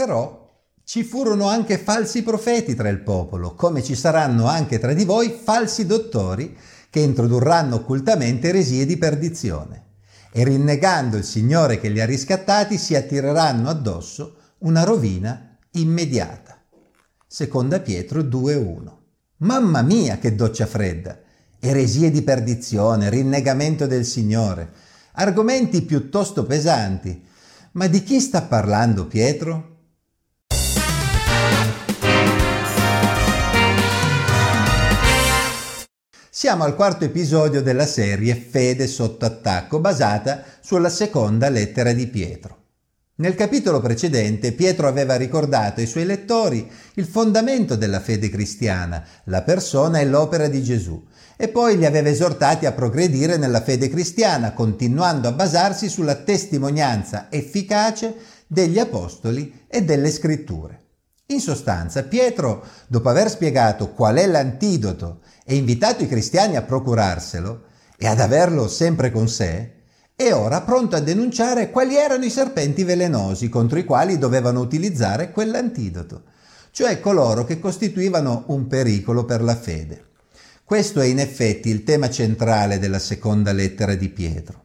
Però ci furono anche falsi profeti tra il popolo, come ci saranno anche tra di voi falsi dottori che introdurranno occultamente eresie di perdizione e rinnegando il Signore che li ha riscattati si attireranno addosso una rovina immediata. Seconda Pietro 2,1. Mamma mia che doccia fredda! Eresie di perdizione, rinnegamento del Signore, argomenti piuttosto pesanti. Ma di chi sta parlando Pietro? Siamo al quarto episodio della serie Fede sotto attacco, basata sulla seconda lettera di Pietro. Nel capitolo precedente Pietro aveva ricordato ai suoi lettori il fondamento della fede cristiana, la persona e l'opera di Gesù, e poi li aveva esortati a progredire nella fede cristiana, continuando a basarsi sulla testimonianza efficace degli apostoli e delle scritture. In sostanza, Pietro, dopo aver spiegato qual è l'antidoto e invitato i cristiani a procurarselo e ad averlo sempre con sé, è ora pronto a denunciare quali erano i serpenti velenosi contro i quali dovevano utilizzare quell'antidoto, cioè coloro che costituivano un pericolo per la fede. Questo è in effetti il tema centrale della seconda lettera di Pietro.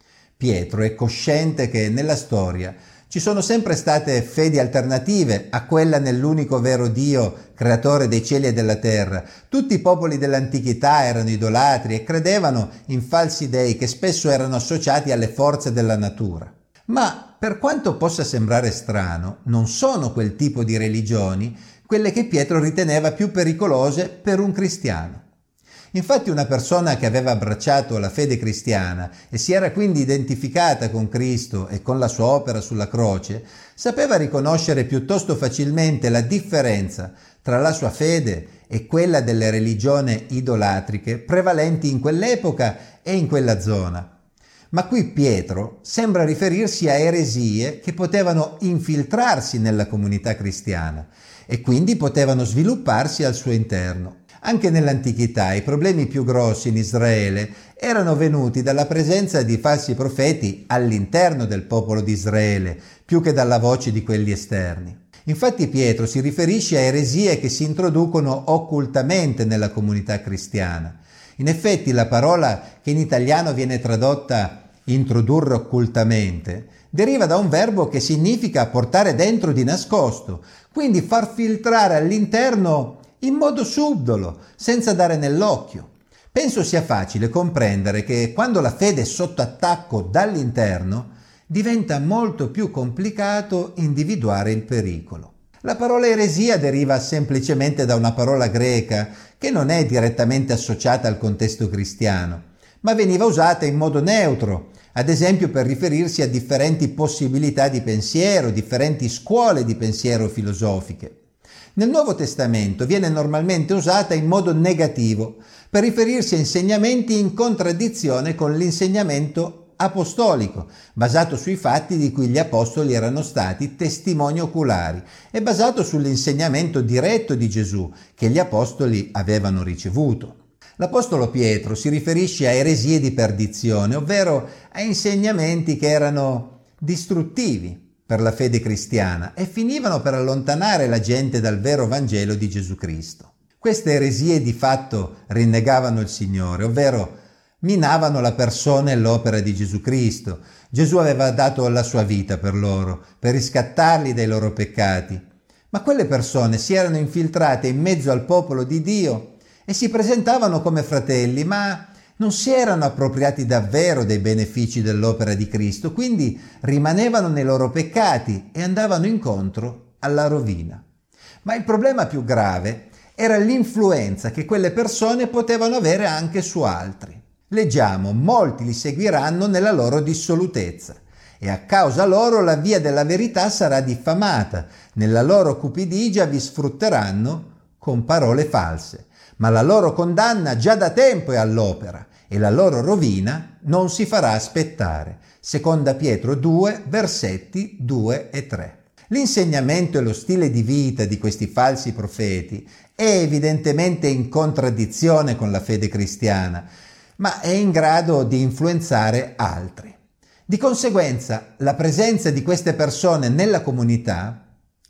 Pietro è cosciente che nella storia ci sono sempre state fedi alternative a quella nell'unico vero Dio, creatore dei cieli e della terra. Tutti i popoli dell'antichità erano idolatri e credevano in falsi dei che spesso erano associati alle forze della natura. Ma per quanto possa sembrare strano, non sono quel tipo di religioni quelle che Pietro riteneva più pericolose per un cristiano. Infatti una persona che aveva abbracciato la fede cristiana e si era quindi identificata con Cristo e con la sua opera sulla croce, sapeva riconoscere piuttosto facilmente la differenza tra la sua fede e quella delle religioni idolatriche prevalenti in quell'epoca e in quella zona. Ma qui Pietro sembra riferirsi a eresie che potevano infiltrarsi nella comunità cristiana e quindi potevano svilupparsi al suo interno. Anche nell'antichità i problemi più grossi in Israele erano venuti dalla presenza di falsi profeti all'interno del popolo di Israele, più che dalla voce di quelli esterni. Infatti Pietro si riferisce a eresie che si introducono occultamente nella comunità cristiana. In effetti la parola che in italiano viene tradotta introdurre occultamente deriva da un verbo che significa portare dentro di nascosto, quindi far filtrare all'interno in modo subdolo, senza dare nell'occhio. Penso sia facile comprendere che quando la fede è sotto attacco dall'interno, diventa molto più complicato individuare il pericolo. La parola eresia deriva semplicemente da una parola greca che non è direttamente associata al contesto cristiano, ma veniva usata in modo neutro, ad esempio per riferirsi a differenti possibilità di pensiero, differenti scuole di pensiero filosofiche. Nel Nuovo Testamento viene normalmente usata in modo negativo per riferirsi a insegnamenti in contraddizione con l'insegnamento apostolico, basato sui fatti di cui gli apostoli erano stati testimoni oculari e basato sull'insegnamento diretto di Gesù che gli apostoli avevano ricevuto. L'apostolo Pietro si riferisce a eresie di perdizione, ovvero a insegnamenti che erano distruttivi per la fede cristiana e finivano per allontanare la gente dal vero Vangelo di Gesù Cristo. Queste eresie di fatto rinnegavano il Signore, ovvero minavano la persona e l'opera di Gesù Cristo. Gesù aveva dato la sua vita per loro, per riscattarli dai loro peccati. Ma quelle persone si erano infiltrate in mezzo al popolo di Dio e si presentavano come fratelli, ma non si erano appropriati davvero dei benefici dell'opera di Cristo, quindi rimanevano nei loro peccati e andavano incontro alla rovina. Ma il problema più grave era l'influenza che quelle persone potevano avere anche su altri. Leggiamo: molti li seguiranno nella loro dissolutezza e a causa loro la via della verità sarà diffamata, nella loro cupidigia vi sfrutteranno con parole false, ma la loro condanna già da tempo è all'opera e la loro rovina non si farà aspettare. Seconda Pietro 2, versetti 2 e 3. L'insegnamento e lo stile di vita di questi falsi profeti è evidentemente in contraddizione con la fede cristiana, ma è in grado di influenzare altri. Di conseguenza, la presenza di queste persone nella comunità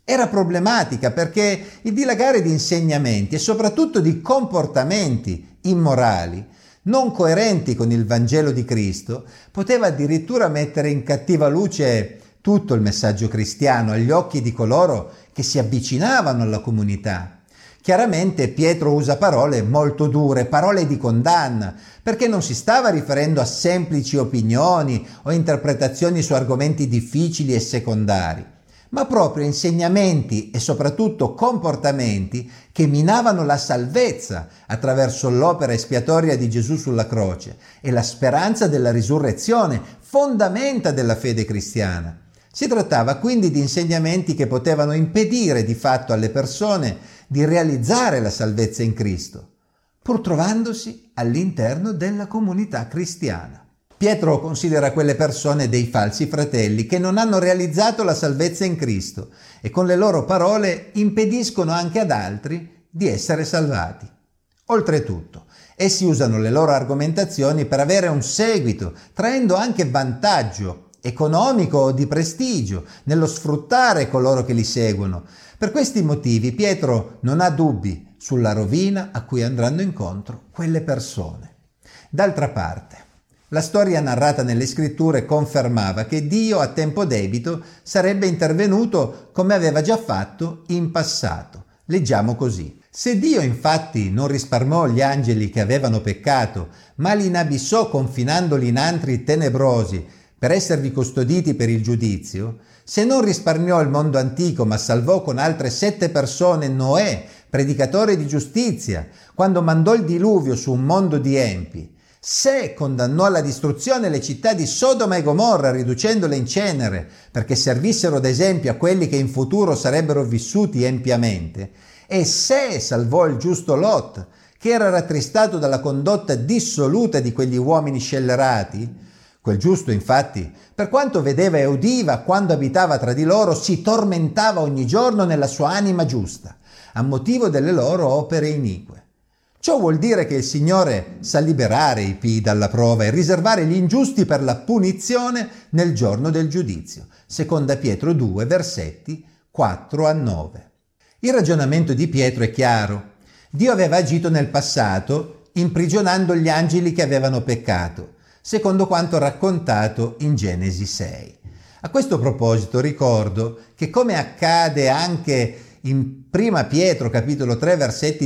Era problematica perché il dilagare di insegnamenti e soprattutto di comportamenti immorali non coerenti con il Vangelo di Cristo poteva addirittura mettere in cattiva luce tutto il messaggio cristiano agli occhi di coloro che si avvicinavano alla comunità. Chiaramente Pietro usa parole molto dure, parole di condanna, perché non si stava riferendo a semplici opinioni o interpretazioni su argomenti difficili e secondari, ma proprio insegnamenti e soprattutto comportamenti che minavano la salvezza attraverso l'opera espiatoria di Gesù sulla croce e la speranza della risurrezione, fondamenta della fede cristiana. Si trattava quindi di insegnamenti che potevano impedire di fatto alle persone di realizzare la salvezza in Cristo, pur trovandosi all'interno della comunità cristiana. Pietro considera quelle persone dei falsi fratelli che non hanno realizzato la salvezza in Cristo e con le loro parole impediscono anche ad altri di essere salvati. Oltretutto, essi usano le loro argomentazioni per avere un seguito, traendo anche vantaggio economico o di prestigio nello sfruttare coloro che li seguono. Per questi motivi Pietro non ha dubbi sulla rovina a cui andranno incontro quelle persone. D'altra parte, la storia narrata nelle scritture confermava che Dio a tempo debito sarebbe intervenuto come aveva già fatto in passato. Leggiamo così. Se Dio infatti non risparmiò gli angeli che avevano peccato, ma li inabissò confinandoli in antri tenebrosi per esservi custoditi per il giudizio, se non risparmiò il mondo antico ma salvò con altre 7 persone Noè, predicatore di giustizia, quando mandò il diluvio su un mondo di empi, se condannò alla distruzione le città di Sodoma e Gomorra riducendole in cenere perché servissero d'esempio a quelli che in futuro sarebbero vissuti empiamente, e se salvò il giusto Lot, che era rattristato dalla condotta dissoluta di quegli uomini scellerati, quel giusto, infatti, per quanto vedeva e udiva quando abitava tra di loro, si tormentava ogni giorno nella sua anima giusta, a motivo delle loro opere inique. Ciò vuol dire che il Signore sa liberare i pii dalla prova e riservare gli ingiusti per la punizione nel giorno del giudizio. Seconda Pietro 2, versetti 4 a 9. Il ragionamento di Pietro è chiaro. Dio aveva agito nel passato imprigionando gli angeli che avevano peccato, secondo quanto raccontato in Genesi 6. A questo proposito ricordo che, come accade anche in Prima Pietro capitolo 3 versetti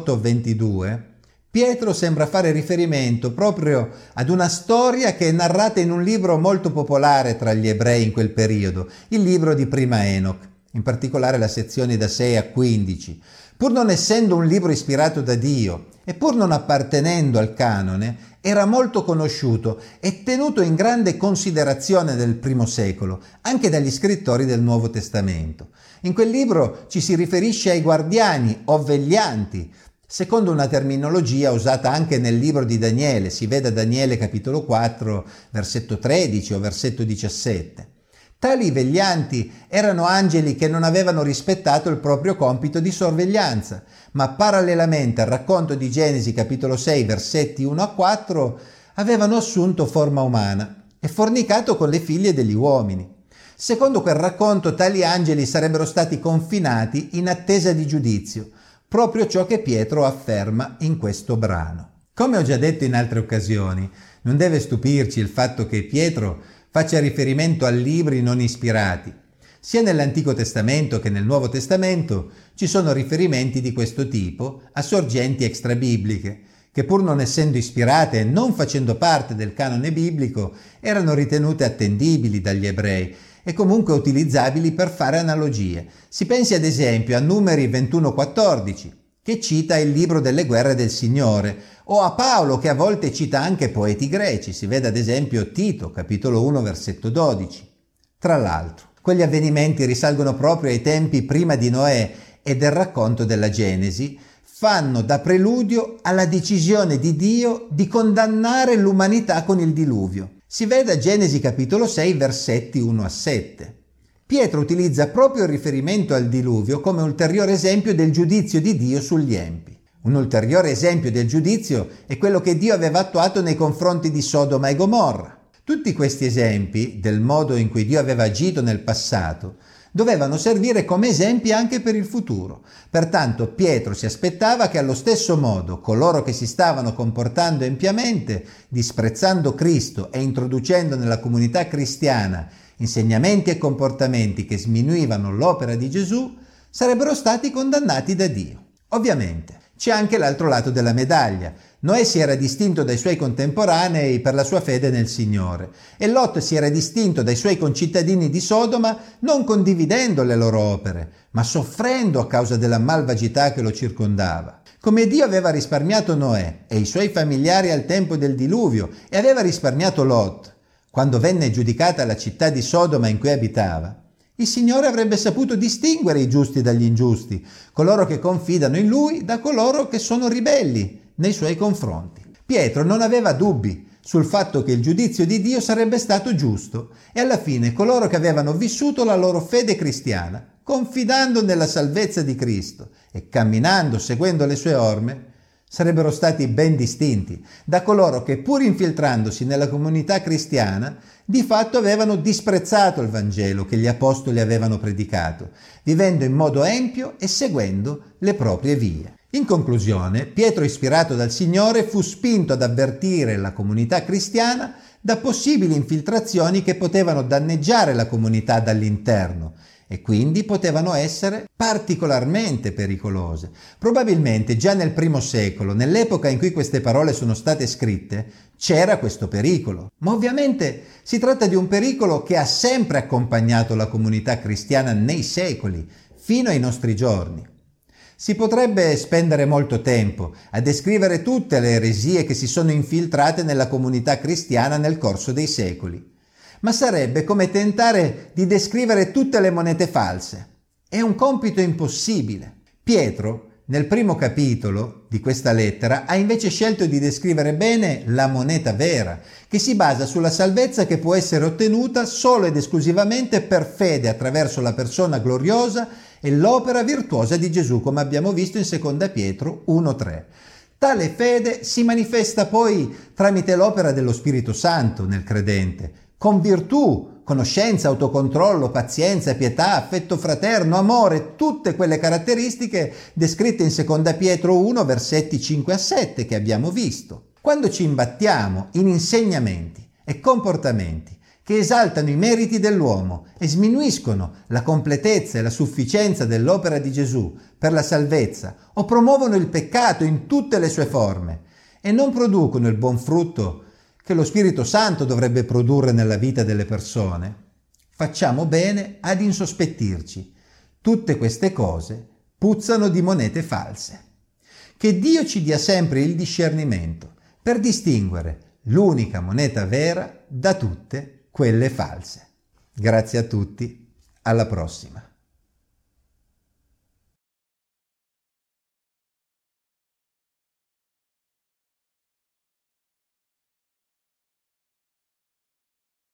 18-22, Pietro sembra fare riferimento proprio ad una storia che è narrata in un libro molto popolare tra gli ebrei in quel periodo, il libro di Prima Enoch, in particolare la sezione da 6 a 15. Pur non essendo un libro ispirato da Dio e pur non appartenendo al canone, era molto conosciuto e tenuto in grande considerazione nel primo secolo, anche dagli scrittori del Nuovo Testamento. In quel libro ci si riferisce ai guardiani o veglianti, secondo una terminologia usata anche nel libro di Daniele, si veda Daniele capitolo 4, versetto 13 o versetto 17. Tali veglianti erano angeli che non avevano rispettato il proprio compito di sorveglianza, ma parallelamente al racconto di Genesi capitolo 6 versetti 1 a 4 avevano assunto forma umana e fornicato con le figlie degli uomini. Secondo quel racconto tali angeli sarebbero stati confinati in attesa di giudizio, proprio ciò che Pietro afferma in questo brano. Come ho già detto in altre occasioni, non deve stupirci il fatto che Pietro faccia riferimento a libri non ispirati. Sia nell'Antico Testamento che nel Nuovo Testamento ci sono riferimenti di questo tipo a sorgenti extrabibliche, che pur non essendo ispirate e non facendo parte del canone biblico, erano ritenute attendibili dagli ebrei e comunque utilizzabili per fare analogie. Si pensi ad esempio a Numeri 21,14, che cita il libro delle guerre del Signore, o a Paolo che a volte cita anche poeti greci, si vede ad esempio Tito, capitolo 1, versetto 12. Tra l'altro, quegli avvenimenti risalgono proprio ai tempi prima di Noè e del racconto della Genesi, fanno da preludio alla decisione di Dio di condannare l'umanità con il diluvio. Si veda Genesi capitolo 6, versetti 1 a 7. Pietro utilizza proprio il riferimento al diluvio come ulteriore esempio del giudizio di Dio sugli empi. Un ulteriore esempio del giudizio è quello che Dio aveva attuato nei confronti di Sodoma e Gomorra. Tutti questi esempi del modo in cui Dio aveva agito nel passato dovevano servire come esempi anche per il futuro. Pertanto Pietro si aspettava che allo stesso modo coloro che si stavano comportando empiamente, disprezzando Cristo e introducendo nella comunità cristiana insegnamenti e comportamenti che sminuivano l'opera di Gesù, sarebbero stati condannati da Dio. Ovviamente c'è anche l'altro lato della medaglia. Noè si era distinto dai suoi contemporanei per la sua fede nel Signore e Lot si era distinto dai suoi concittadini di Sodoma non condividendo le loro opere, ma soffrendo a causa della malvagità che lo circondava. Come Dio aveva risparmiato Noè e i suoi familiari al tempo del diluvio e aveva risparmiato Lot quando venne giudicata la città di Sodoma in cui abitava, il Signore avrebbe saputo distinguere i giusti dagli ingiusti, coloro che confidano in Lui da coloro che sono ribelli nei Suoi confronti. Pietro non aveva dubbi sul fatto che il giudizio di Dio sarebbe stato giusto e alla fine coloro che avevano vissuto la loro fede cristiana, confidando nella salvezza di Cristo e camminando seguendo le Sue orme, sarebbero stati ben distinti da coloro che, pur infiltrandosi nella comunità cristiana, di fatto avevano disprezzato il Vangelo che gli apostoli avevano predicato, vivendo in modo empio e seguendo le proprie vie. In conclusione, Pietro, ispirato dal Signore, fu spinto ad avvertire la comunità cristiana da possibili infiltrazioni che potevano danneggiare la comunità dall'interno e quindi potevano essere particolarmente pericolose. Probabilmente già nel primo secolo, nell'epoca in cui queste parole sono state scritte, c'era questo pericolo. Ma ovviamente si tratta di un pericolo che ha sempre accompagnato la comunità cristiana nei secoli, fino ai nostri giorni. Si potrebbe spendere molto tempo a descrivere tutte le eresie che si sono infiltrate nella comunità cristiana nel corso dei secoli. Ma sarebbe come tentare di descrivere tutte le monete false. È un compito impossibile. Pietro, nel primo capitolo di questa lettera, ha invece scelto di descrivere bene la moneta vera, che si basa sulla salvezza che può essere ottenuta solo ed esclusivamente per fede attraverso la persona gloriosa e l'opera virtuosa di Gesù, come abbiamo visto in 2 Pietro 1,3. Tale fede si manifesta poi tramite l'opera dello Spirito Santo nel credente, con virtù, conoscenza, autocontrollo, pazienza, pietà, affetto fraterno, amore, tutte quelle caratteristiche descritte in 2 Pietro 1, versetti 5-7 che abbiamo visto. Quando ci imbattiamo in insegnamenti e comportamenti che esaltano i meriti dell'uomo e sminuiscono la completezza e la sufficienza dell'opera di Gesù per la salvezza o promuovono il peccato in tutte le sue forme e non producono il buon frutto che lo Spirito Santo dovrebbe produrre nella vita delle persone, facciamo bene ad insospettirci. Tutte queste cose puzzano di monete false. Che Dio ci dia sempre il discernimento per distinguere l'unica moneta vera da tutte quelle false. Grazie a tutti, alla prossima.